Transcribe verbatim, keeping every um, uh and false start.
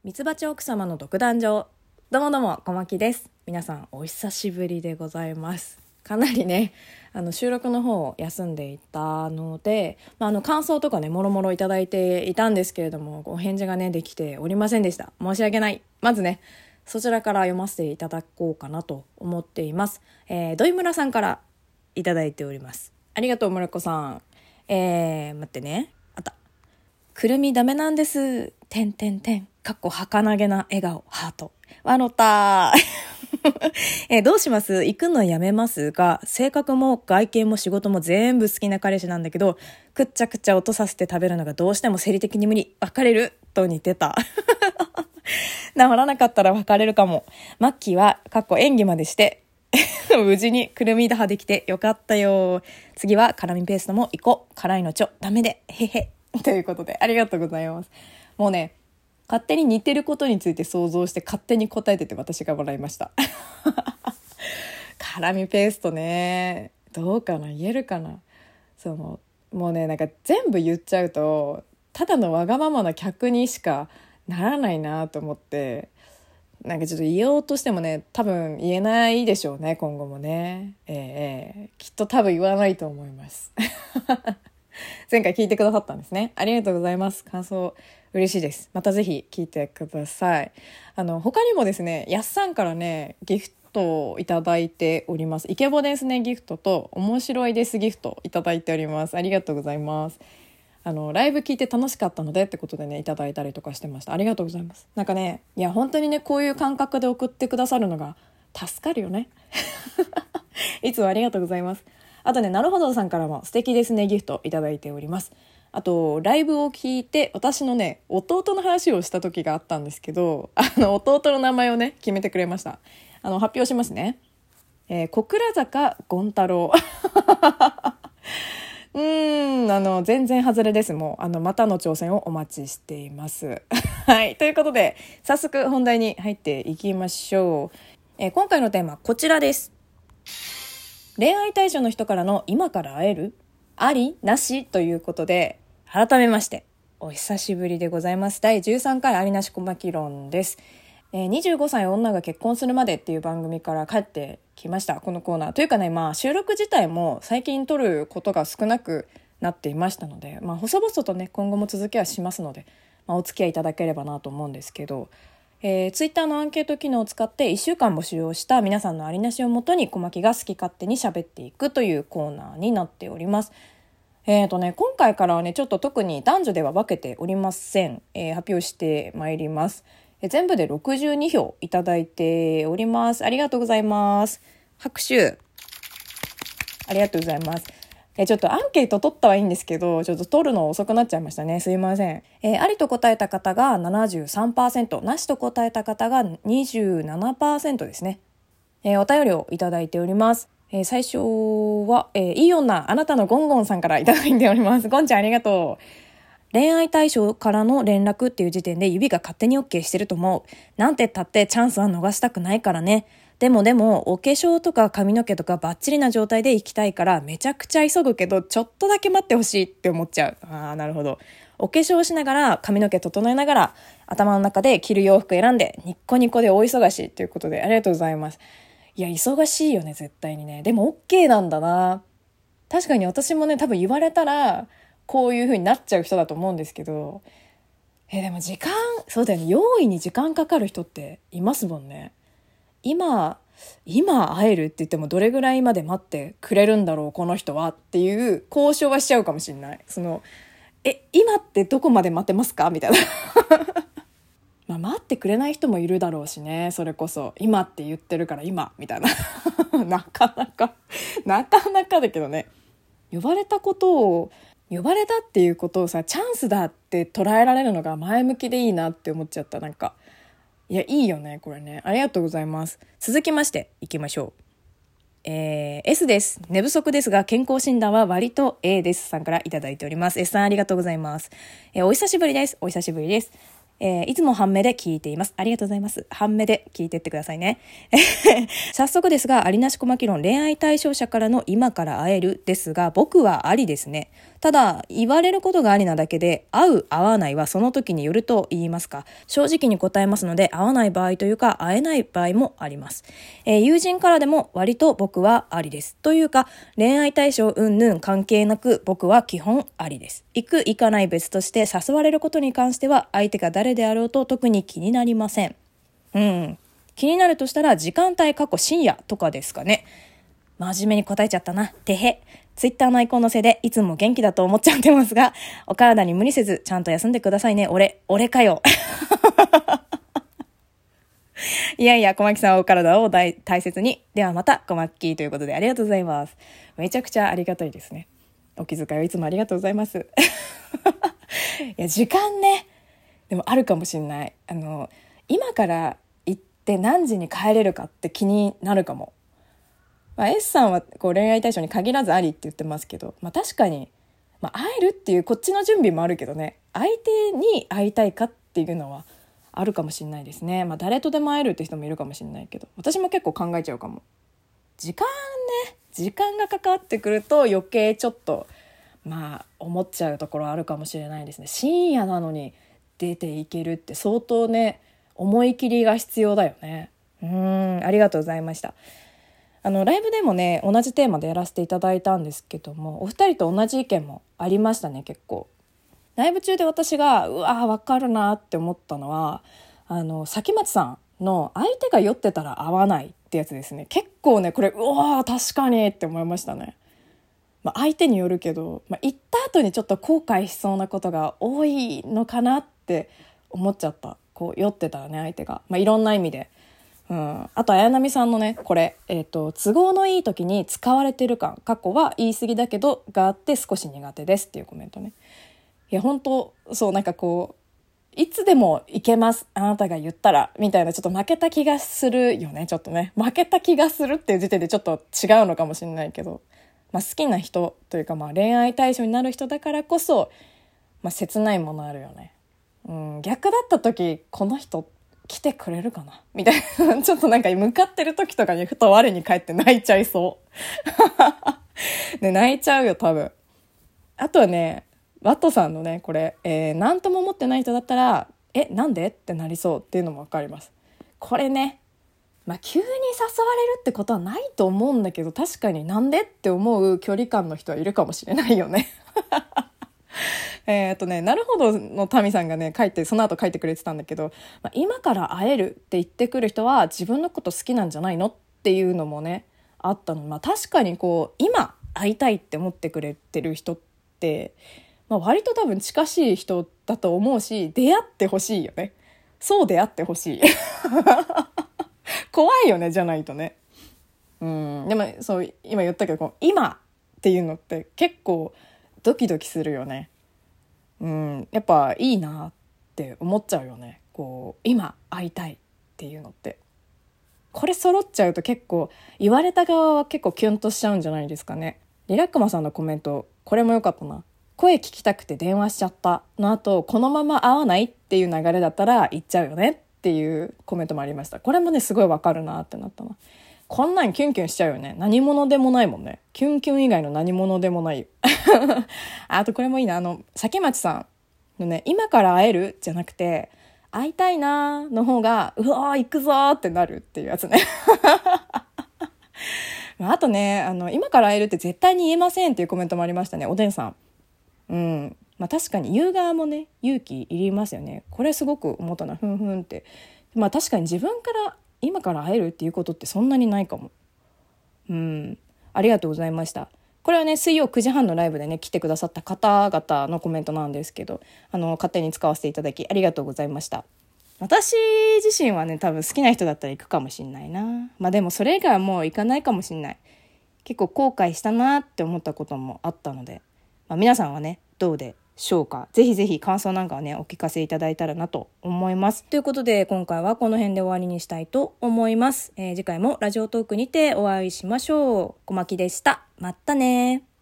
ミツバチ奥様の独壇場。どうもどうも、小牧です。皆さんお久しぶりでございます。かなりねあの収録の方を休んでいたので、まあ、あの感想とかねもろもろいただいていたんですけれども、お返事がねできておりませんでした。申し訳ない。まずねそちらから読ませていただこうかなと思っています。えー、土井村さんからいただいております。ありがとう村子さん。えー、待ってね、あった。くるみダメなんです。てんてんてん。かっこ儚げな笑顔、ハート。笑ったえー、どうします？行くのやめますが、性格も外見も仕事も全部好きな彼氏なんだけど、くっちゃくちゃ音させて食べるのがどうしても生理的に無理。別れると似てた。治らなかったら別れるかも。マッキーは、かっこ演技までして、無事にくるみ打破できてよかったよ。次は辛みペーストも行こう。辛いのちょ、ダメで、へへ。ということで、ありがとうございます。もうね、勝手に似てることについて想像して勝手に答えてて私が笑いました。辛みペーストね、どうかな、言えるかな。そのもうね、なんか全部言っちゃうとただのわがままな客にしかならないなと思って、なんかちょっと言おうとしてもね多分言えないでしょうね、今後もね。えー、えー、きっと多分言わないと思います。前回聞いてくださったんですね。ありがとうございます。感想嬉しいです。またぜひ聞いてください。あの他にもですね、やっさんからねギフトをいただいております。イケボですねギフトと面白いですギフトいただいております。ありがとうございます。あのライブ聞いて楽しかったのでってことでねいただいたりとかしてました。ありがとうございます。なんかね、いや本当にねこういう感覚で送ってくださるのが助かるよね。いつもありがとうございます。あとね、なるほどさんからも素敵ですねギフトいただいております。あとライブを聞いて私のね弟の話をした時があったんですけど、あの弟の名前をね決めてくれました。あの発表しますね。えー、小倉坂権太郎。うーんあの全然外れです。もうあのまたの挑戦をお待ちしています。はい、ということで早速本題に入っていきましょう。えー、今回のテーマこちらです。恋愛対象の人からの今から会える？あり？なし？ということで、改めましてお久しぶりでございます。だいじゅうさんかいありなし小牧論です。えー、にじゅうごさい女が結婚するまでっていう番組から帰ってきました、このコーナー。というかね、まあ収録自体も最近撮ることが少なくなっていましたので、まあ細々とね今後も続きはしますので、まあ、お付き合いいただければなと思うんですけど、えー、ツイッターのアンケート機能を使っていっしゅうかん募集をした皆さんのありなしをもとに小牧が好き勝手に喋っていくというコーナーになっております。えーとね、今回からはねちょっと特に男女では分けておりません。えー、発表してまいります。えー、全部でろくじゅうにひょういただいております。ありがとうございます。拍手ありがとうございます。えちょっとアンケート取ったはいいんですけど、ちょっと取るの遅くなっちゃいましたね。すいません。えー、ありと答えた方が ななじゅうさんパーセント、なしと答えた方が にじゅうななパーセント ですね。えー、お便りをいただいております。えー、最初は、えー、いい女、あなたのゴンゴンさんからいただいております。ゴンちゃんありがとう。恋愛対象からの連絡っていう時点で指が勝手に OK してると思う。なんてったってチャンスは逃したくないからね。でもでもお化粧とか髪の毛とかバッチリな状態で行きたいからめちゃくちゃ急ぐけどちょっとだけ待ってほしいって思っちゃう。あーなるほど。お化粧しながら髪の毛整えながら頭の中で着る洋服選んでニッコニコで大忙しということでありがとうございます。いや忙しいよね絶対にね。でも OK なんだな。確かに私もね多分言われたらこういう風になっちゃう人だと思うんですけど、えでも時間そうだよね、用意に時間かかる人っていますもんね。今今会えるって言ってもどれぐらいまで待ってくれるんだろうこの人はっていう交渉はしちゃうかもしれない。そのえ今ってどこまで待ってますかみたいな。まあ待ってくれない人もいるだろうしね。それこそ今って言ってるから今みたいな。なかなかなかなかだけどね、呼ばれたことを呼ばれたっていうことをさチャンスだって捉えられるのが前向きでいいなって思っちゃった。なんかいやいいよねこれね。ありがとうございます。続きましていきましょう。えー、S です。寝不足ですが健康診断は割と A ですさんからいただいております。 S さんありがとうございます。えー、お久しぶりです。お久しぶりです。えー、いつも半目で聞いています。ありがとうございます。半目で聞いてってくださいね。早速ですが、ありなし小牧論恋愛対象者からの今から会えるですが、僕はありですね。 ただ言われることがありなだけで、合う合わないはその時によると言いますか、正直に答えますので、合わない場合というか会えない場合もあります。えー、友人からでも割と僕はありです。というか恋愛対象云々関係なく僕は基本ありです。行く行かない別として、誘われることに関しては相手が誰であろうと特に気になりません。うん。気になるとしたら時間帯過去深夜とかですかね。真面目に答えちゃったな。てへ。ツイッターのアイコンのせいでいつも元気だと思っちゃってますが、お体に無理せずちゃんと休んでくださいね。俺、俺かよ。いやいや、小牧さんはお体を大大切に。ではまた、小牧ということでありがとうございます。めちゃくちゃありがたいですね。お気遣いをいつもありがとうございます。いや、時間ね。でもあるかもしれない。あの、今から行って何時に帰れるかって気になるかも。まあ、S さんはこう恋愛対象に限らずありって言ってますけど、まあ、確かに、まあ、会えるっていうこっちの準備もあるけどね、相手に会いたいかっていうのはあるかもしれないですね。まあ、誰とでも会えるって人もいるかもしれないけど、私も結構考えちゃうかも。時間ね、時間がかかってくると余計ちょっとまあ思っちゃうところあるかもしれないですね。深夜なのに出ていけるって相当ね、思い切りが必要だよね。うーん、ありがとうございました。あのライブでもね、同じテーマでやらせていただいたんですけども、お二人と同じ意見もありましたね。結構ライブ中で私がうわー分かるなって思ったのは、あの崎町さんの相手が酔ってたら合わないってやつですね。結構ねこれうわー確かにって思いましたね。まあ、相手によるけど、まあ、行った後にちょっと後悔しそうなことが多いのかなって思っちゃった。こう酔ってたらね相手が、まあ、いろんな意味で、うん、あと綾波さんのねこれ、えーと、都合のいい時に使われてる感、過去は言い過ぎだけどがあって少し苦手ですっていうコメントね。いや本当そう、なんかこういつでもいけますあなたが言ったらみたいな、ちょっと負けた気がするよね。ちょっとね負けた気がするっていう時点でちょっと違うのかもしれないけど、まあ、好きな人というか、まあ恋愛対象になる人だからこそ、まあ、切ないものあるよね。うん、逆だった時この人来てくれるかなみたいなちょっとなんか向かってる時とかにふと我に返って泣いちゃいそうで泣いちゃうよ多分。あとはねワットさんのねこれ、えー、何とも思ってない人だったらえなんでってなりそうっていうのも分かります。これね、まあ、急に誘われるってことはないと思うんだけど、確かになんでって思う距離感の人はいるかもしれないよねえっとねなるほどのタミさんがね書いて、その後書いてくれてたんだけど、まあ、今から会えるって言ってくる人は自分のこと好きなんじゃないのっていうのもねあったの。まあ、確かにこう今会いたいって思ってくれてる人って、まあ、割と多分近しい人だと思うし、出会ってほしいよね。そう出会ってほしい怖いよねじゃないとね。うんでもそう今言ったけど、こう今っていうのって結構ドキドキするよね。うんやっぱいいなって思っちゃうよね。こう今会いたいっていうのってこれ揃っちゃうと結構言われた側は結構キュンとしちゃうんじゃないですかね。リラックマさんのコメントこれも良かったな。声聞きたくて電話しちゃったの後このまま会わないっていう流れだったら行っちゃうよねっていうコメントもありました。これもねすごいわかるなってなったな。こんなんキュンキュンしちゃうよね。何者でもないもんね。キュンキュン以外の何者でもないあとこれもいいな、あの崎町さんのね今から会えるじゃなくて会いたいなの方がうわー行くぞーってなるっていうやつねあとねあの今から会えるって絶対に言えませんっていうコメントもありましたね。おでんさん、うんまあ、確かに言う側もね勇気いりますよね。これすごく思ったな。ふんふんって、まあ確かに自分から今から会えるっていうことってそんなにないかも。うんありがとうございました。これはね水曜くじはんのライブでね来てくださった方々のコメントなんですけど、あの勝手に使わせていただきありがとうございました。私自身はね多分好きな人だったら行くかもしんないな。まあでもそれ以外はもう行かないかもしんない。結構後悔したなって思ったこともあったので、まあ、皆さんはねどうでしょうか。ぜひぜひ感想なんかをねお聞かせいただいたらなと思います。ということで今回はこの辺で終わりにしたいと思います。えー、次回もラジオトークにてお会いしましょう。小牧でした。またね。